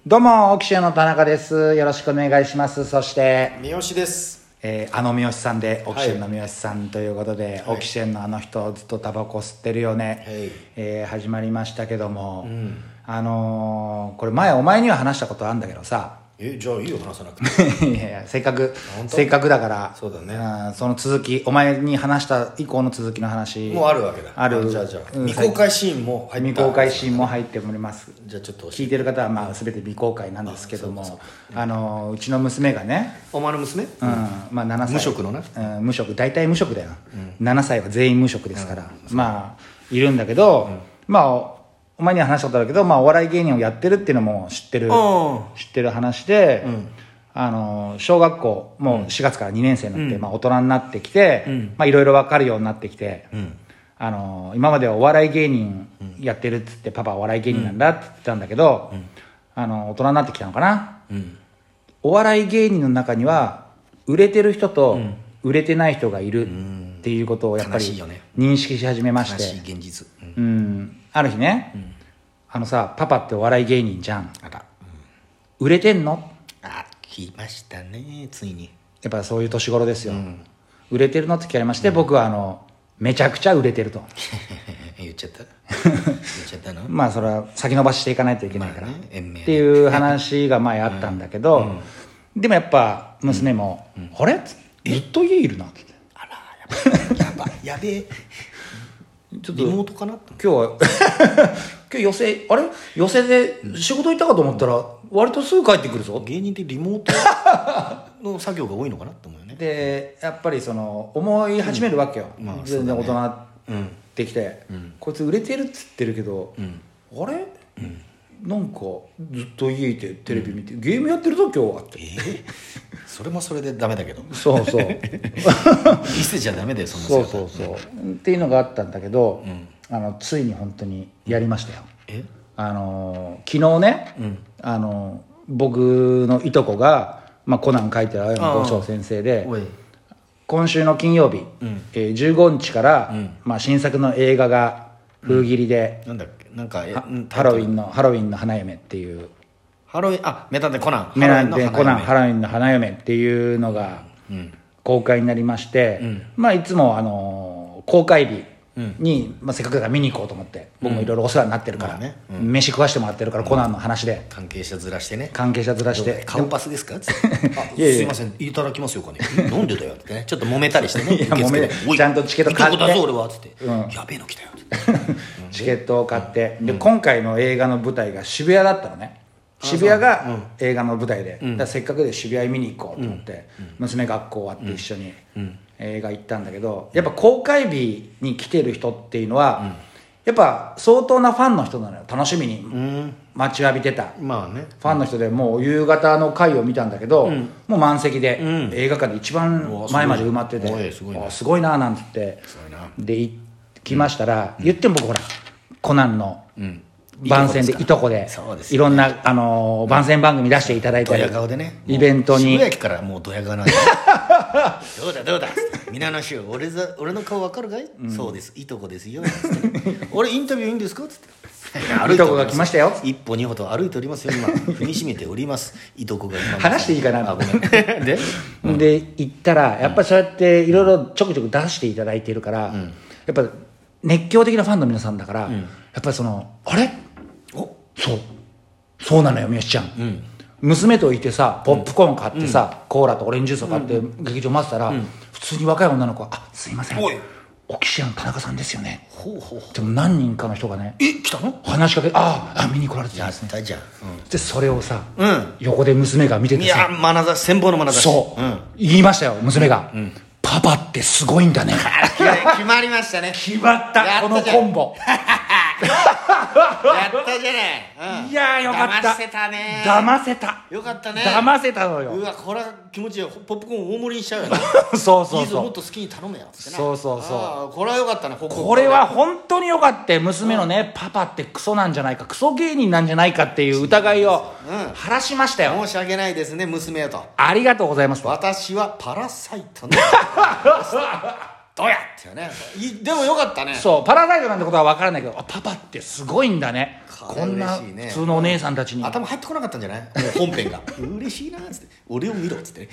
どうも、オキシエンの田中です。よろしくお願いします。そして、 三好です。 三好さんで、オキシエンの三好さんということで、オキシエンのあの人、ずっとタバコ吸ってるよね。始まりましたけども、これ前お前には話したことあるんだけどさ、 じゃあいいよ、話さなくて。 いやいや、せっかくだから、 そうだね。 その続き、お前に話した以降の続きの話。 もうあるわけだ。 ある。 じゃあ、未公開シーンも入って未公開シーンも入っております。 じゃあちょっと聞いてる方はまあ全て未公開なんですけども、うちの娘がね、 お前の娘？ まあ7歳。 無職のね。 無職、大体無職だよ。7歳は全員無職ですから、まあ、いるんだけど、まあ、お前には話したことあるけど、まあ、お笑い芸人をやってるっていうのも知ってる話で、小学校、もう4月から2年生になって、まあ、大人になってきて、まあ、いろいろ分かるようになってきて、今まではお笑い芸人やってるっつって、パパはお笑い芸人なんだって言ってたんだけど、大人になってきたのかな。お笑い芸人の中には、売れてる人と売れてない人がいるっていうことをやっぱり認識し始めまして。 悲しい現実。 ある日ね、さ、パパってお笑い芸人じゃん。売れてんの？ 来ましたね、ついに。 やっぱそういう年頃ですよ。売れてるのって聞かれまして、僕はめちゃくちゃ売れてると。 言っちゃったの？ まあそれは先延ばししていかないといけないから。っていう話が前あったんだけど、でもやっぱ娘も、あれ？ずっと家いるなって。 やべえ。 ちょっとリモートかな？ 今日は今日寄席で仕事行ったかと思ったら割とすぐ帰ってくるぞ。 芸人ってリモートの作業が多いのかなって思うよね。 でやっぱり思い始めるわけよ、全然大人ってきて、こいつ売れてるっつってるけど、あれ、なんかずっと家いてテレビ見て、ゲームやってるぞ今日はって、 それもそれでダメだけど。 そう見せちゃダメだよ、そんなそうっていうのがあったんだけど、ついに本当にやりましたよ。昨日ね、僕のいとこが、コナン書いてる青山剛昌先生で、今週の金曜日、15日から、新作の映画が封切りで、 なんだっけ、なんかハロウィンの花嫁っていう、 名探偵コナン、 ハロウィンの花嫁っていうのが公開になりまして、いつも公開日に、せっかくだから見に行こうと思って、僕もいろいろお世話になってるから、飯食わしてもらってるから、コナンの話で関係者ずらしてね、 顔パスですかってすいません、いただきますよかね、なんでだよってね、ちょっと揉めたりしてね、 ちゃんとチケット買って、 いいとこだぞ俺はっつって、やべえの来たよってチケットを買って、で今回の映画の舞台が渋谷だったのね。渋谷が映画の舞台で、せっかくで渋谷見に行こうと思って、娘学校終わって一緒に映画行ったんだけど、やっぱ公開日に来てる人っていうのは、やっぱ相当なファンの人なのよ。楽しみに待ちわびてたファンの人で、もう夕方の回を見たんだけど、もう満席で、映画館で一番前まで埋まってて、すごいななんて言って、で行きましたら、言っても僕ほらコナンの番宣でいとこでいろんな番宣番組出していただいたり、イベントに渋谷駅からもうドヤ顔なんでどうだ皆の衆、俺の顔わかるかい？そうです、いとこですよ俺インタビューいいんですか？つっていとこが来ましたよ。 一歩二歩と歩いておりますよ、今踏みしめております。いとこが今話していいかな。 ごめんで行ったらやっぱりそうやっていろいろちょくちょく出していただいているから、やっぱ熱狂的なファンの皆さんだから、やっぱりあれそうなのよ、みよしちゃん、娘といてさ、ポップコーン買ってさ、コーラとオレンジジュースを買って劇場待ってたら、普通に若い女の子が「すいません、オキシエンの田中さんですよね」でも何人かの人がね、 来たの？ 話しかけ見に来られてたんですね。でそれをさ、横で娘が見ててさ、 羨望の眼差し、 言いましたよ、娘が、パパってすごいんだね。 決まりましたね。 決まった、このコンボやったじゃない。 いやーよかった。 騙せたね。 騙せた。 よかったね。 騙せたのよ。 うわ、これは気持ちいいよ。ポップコーン大盛りにしちゃうよね。 そういいぞ、もっと好きに頼めよってね。 そうこれはよかったね。 これは本当によかった。娘のね、パパってクソなんじゃないか、クソ芸人なんじゃないかっていう疑いを晴らしましたよ。 申し訳ないですね、娘と。 ありがとうございます。 私はパラサイトのどうやってよね。でもよかったね。 そうパラサイトなんてことは分からないけど、パパってすごいんだね、こんな嬉しいね普通のお姉さんたちに。 頭入ってこなかったんじゃない、もう本編が嬉しいなっつって、俺を見ろっつってね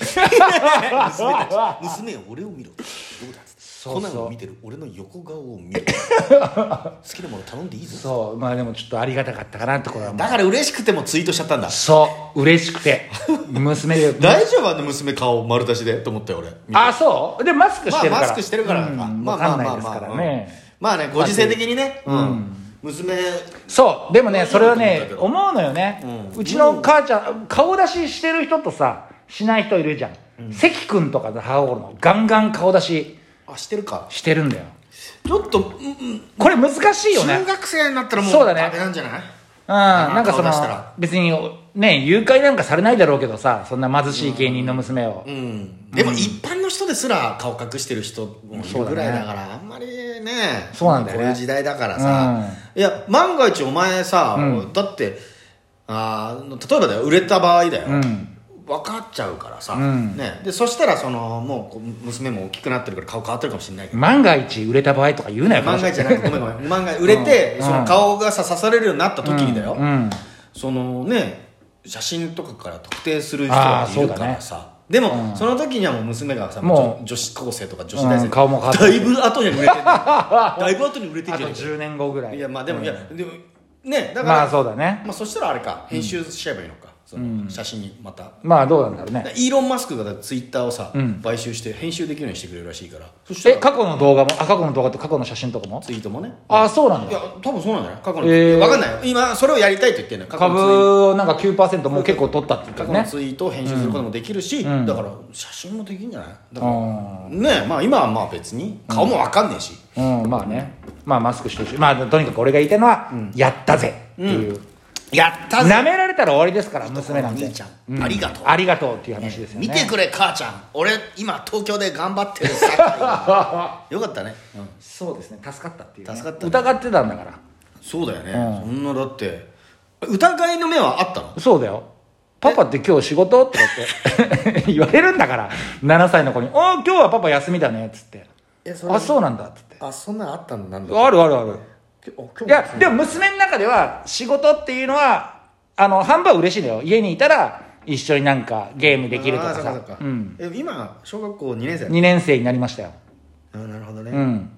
娘よ俺を見ろ、どうだっつって、 そうそうコナンを見てる俺の横顔を見ろ好きなもの頼んでいいぞ。 そうまあでもちょっとありがたかったかなってこれは。 だから嬉しくてもツイートしちゃったんだ。 そう嬉しくて娘で大丈夫あの娘顔丸出しでと思って俺。 あそうでマスクしてるから、 マスクしてるからか、 分かんないですからね。 まあねご時世的にね、娘そうでもねそれはね思うのよね、うちの母ちゃん顔出ししてる人とさしない人いるじゃん、関君とかの母心のガンガン顔出ししてるかしてるんだよ。 ちょっと、 これ難しいよね。 中学生になったらもうそうだねダメなんじゃない？ なんかその顔出したら別にね誘拐なんかされないだろうけどさ、そんな貧しい芸人の娘を、 でも一般の人ですら顔隠してる人もいるぐらいだから、あんまりね、 そうなんだよねこういう時代だからさ、いや万が一お前さ、だって例えばだよ売れた場合だよ、分かっちゃうからさ、ね、でそしたらそのもう娘も大きくなってるから顔変わってるかもしれないけど、 万が一売れた場合とか言うなよ。 万が一じゃなくてごめん万が一売れて、その顔がさ刺されるようになった時にだよ、そのね写真とかから特定する人がいるからさ、でも、その時にはもう娘がさもう女子高生とか女子大生、 顔も変わってだいぶ後に売れてるだいぶ後に売れてるあと10年後ぐらい。 いやまあでも、いやでもねだからまあそうだね。 まあそしたらあれか編集しちゃえばいいのか、その写真にまた、 まあどうなんだろうね。 イーロン・マスクがツイッターをさ、買収して編集できるようにしてくれるらしいから、そしたら過去の動画も過去の動画と過去の写真とかもツイートもね、 そうなんだ。 いや多分そうなんじゃない、過去の、分かんないよ今それをやりたいと言ってるのよ。 株をなんか 9% もう結構取ったって言って過るね。 去のツイートを編集することもできるし、だから写真もできるんじゃない、だからね、まあ今はまあ別に顔も分かんねえし、 まあね、まあマスクしてるし、まあとにかく俺が言いたいのは、やったぜっていう、 やったぜ舐められたら終わりですから娘なんて。 兄ちゃん、ありがとう、 ありがとうっていう話ですよね。 見てくれ母ちゃん、俺今東京で頑張ってるさよかったね、 そうですね、助かったっていうね。 助かったね疑ってたんだから。 そうだよね、そんなだって疑いの目はあったの？ そうだよ。パパって今日仕事って言われるんだから7歳の子に「今日はパパ休みだね」っつって「あそうなんだ」っつってあそんなのあったんなんだ。 あるあるある。いやでも娘の中では仕事っていうのは半分は嬉しいんだよ。家にいたら一緒になんかゲームできるとかさ。 今小学校2年生 2年生になりましたよ。 なるほどね、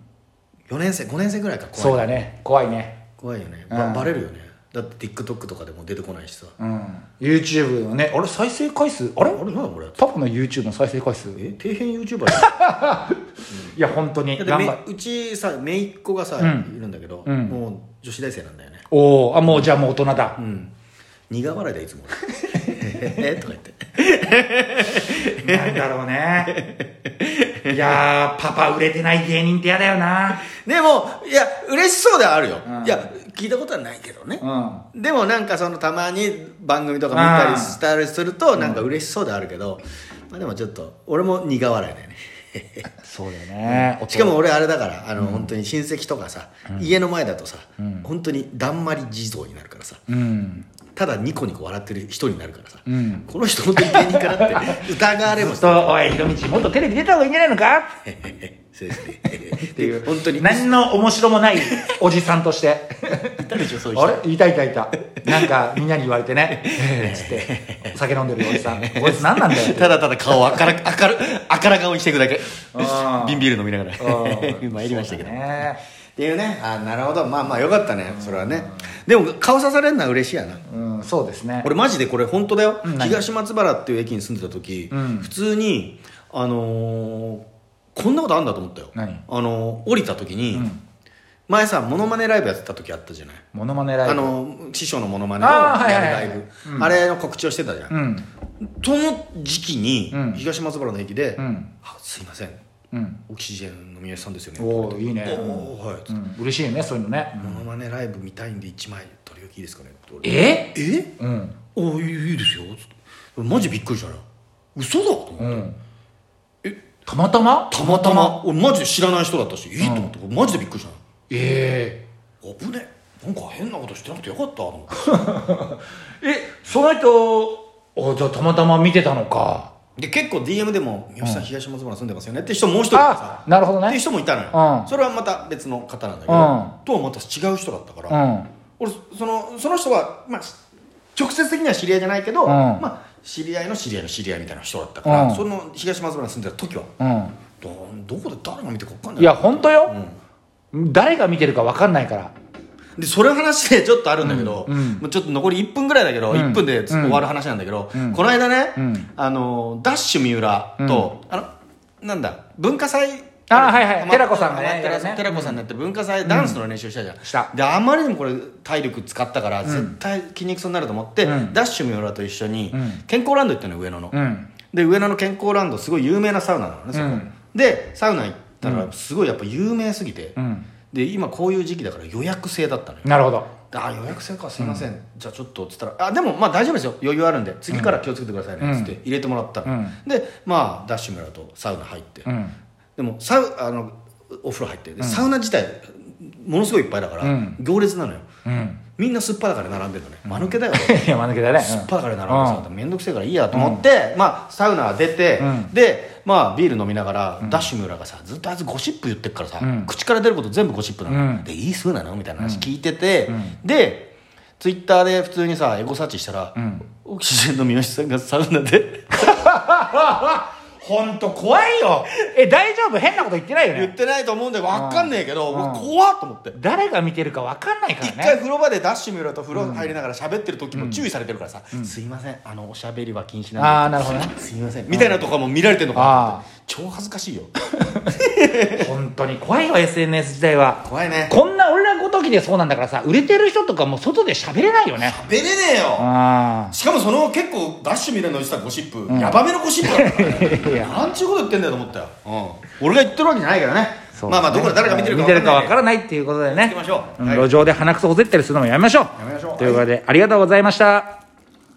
4 年生5年生ぐらいか。 そうだね、怖いね。 怖いよね、バレるよね。だって TikTok とかでも出てこないしさ、 YouTube のね、あれ再生回数あれなんだこれ、 パパの YouTube の再生回数底辺 YouTuber だよいや本当にうちさ姪っ子がさ、いるんだけど、もう女子大生なんだよね。 もうじゃあもう大人だ。 苦笑いだいつもとか言ってなんだろうね。いやパパ売れてない芸人って嫌だよな。 でもいや嬉しそうではあるよ、いや聞いたことはないけどね、でもなんかそのたまに番組とか見たりしたりするとなんか嬉しそうではあるけど、まあ、でもちょっと俺も苦笑いだよねそうだよね、 しかも俺あれだから本当に親戚とかさ、家の前だとさ、本当にだんまり地蔵になるからさ、ただニコニコ笑ってる人になるからさ、この人本当に芸人かなって疑われもしておいひろみちもっとテレビ出た方がいいんじゃないのかそうですねっていう本当に何の面白もないおじさんとしていたでしょそういう人。 あれいたなんかみんなに言われてねつって酒飲んでるおじさんこいつ何なんだよただただ顔をあから顔にしていくだけ瓶ビール飲みながら参りましたけどっていうね。なるほど、まあよかったねそれはね。でも顔刺されるのは嬉しいやな。 そうですね。 俺マジでこれ本当だよ、東松原っていう駅に住んでた時、普通にこんなことあるんだと思ったよ。降りた時に、前さモノマネライブやってた時あったじゃない。 モノマネライブ師匠のモノマネをやるライブ、あれの告知をしてたじゃん、その時期に、東松原の駅で「すいません、オキシジェンの宮下さんですよね」 おおいいね。 はい、 嬉しいよねそういうのね。 モノマネライブ見たいんで1枚取り置きいいですかねって。いいですよつって。マジびっくりしたな。嘘だと思って、 たまたま俺マジで知らない人だったし、と思ってマジでびっくりしたな。危ねなんか変なことしてなくてよかったと思ってその人じゃあたまたま見てたのか。 で結構 DM でも「三好さん東松原住んでますよね」って人もう一人でさ、 なるほどねっていう人もいたのよ、それはまた別の方なんだけど、とはまた違う人だったから、俺その人は、まあ、直接的には知り合いじゃないけど、まあ、知り合いの知り合いの知り合いみたいな人だったから、その東松原に住んでた時は、どこで誰が見てるか分かんない。 いや本当よ、誰が見てるか分かんないから。 でそれの話でちょっとあるんだけど、もうちょっと残り1分ぐらいだけど、1分で終わる話なんだけど、この間ね、ダッシュ三浦と、なんだ文化祭、 はいはい、寺子さんがね、 寺子さんになって文化祭ダンスの練習したじゃん、であまりにもこれ体力使ったから絶対筋肉痛になると思って、ダッシュ三浦と一緒に健康ランド行ったのよ、上野の、で上野の健康ランドすごい有名なサウナなのね、そこでサウナ行ったらすごいやっぱ有名すぎて、で今こういう時期だから予約制だったのよ。 なるほど。 予約制か、すいません、じゃあちょっとっつったら「でもまあ大丈夫ですよ、余裕あるんで次から気をつけてくださいね」っつって入れてもらったの、でまあダッシュ村とサウナ入って、でもお風呂入って、でサウナ自体ものすごいいっぱいだから行列なのよ、みんなすっぱだから並んでるのね、間抜けだよいや間抜けだね、 すっぱだから並んでさ、面倒くせえからいいやと思って、まあサウナ出て、でまあビール飲みながら、ダッシュ村がさずっとあいつゴシップ言ってっからさ、口から出ること全部ゴシップなの、でいい風なのみたいな話聞いてて、でツイッターで普通にさエゴサーチしたら、オキシジェンの三好さんがサウナで本当怖いよ。大丈夫？変なこと言ってないよね。 言ってないと思うんだよ、分かんねえけど、怖っと思って。 誰が見てるか分かんないからね。 一回風呂場でダッシュ見ろと風呂入りながら喋ってる時も注意されてるからさ、すいませんおしゃべりは禁止なんで、 ああなるほどね、 すいませんみたいなとかも見られてるのかなって、超恥ずかしいよ本当に怖いわ SNS 時代は。 怖いね。 こんな俺らごときでそうなんだからさ、売れてる人とかもう外で喋れないよね。 喋れねえよ。しかもその結構ダッシュ見るのにしたゴシップ、ヤバめのゴシップだからねなんちゅうこと言ってんだよと思ったよ、俺が言ってるわけじゃないからね。まあまあどこで誰が見てるか分からないっていうことでね、 路上で鼻くそほぜったりするのもやめましょう。ということでありがとうございました。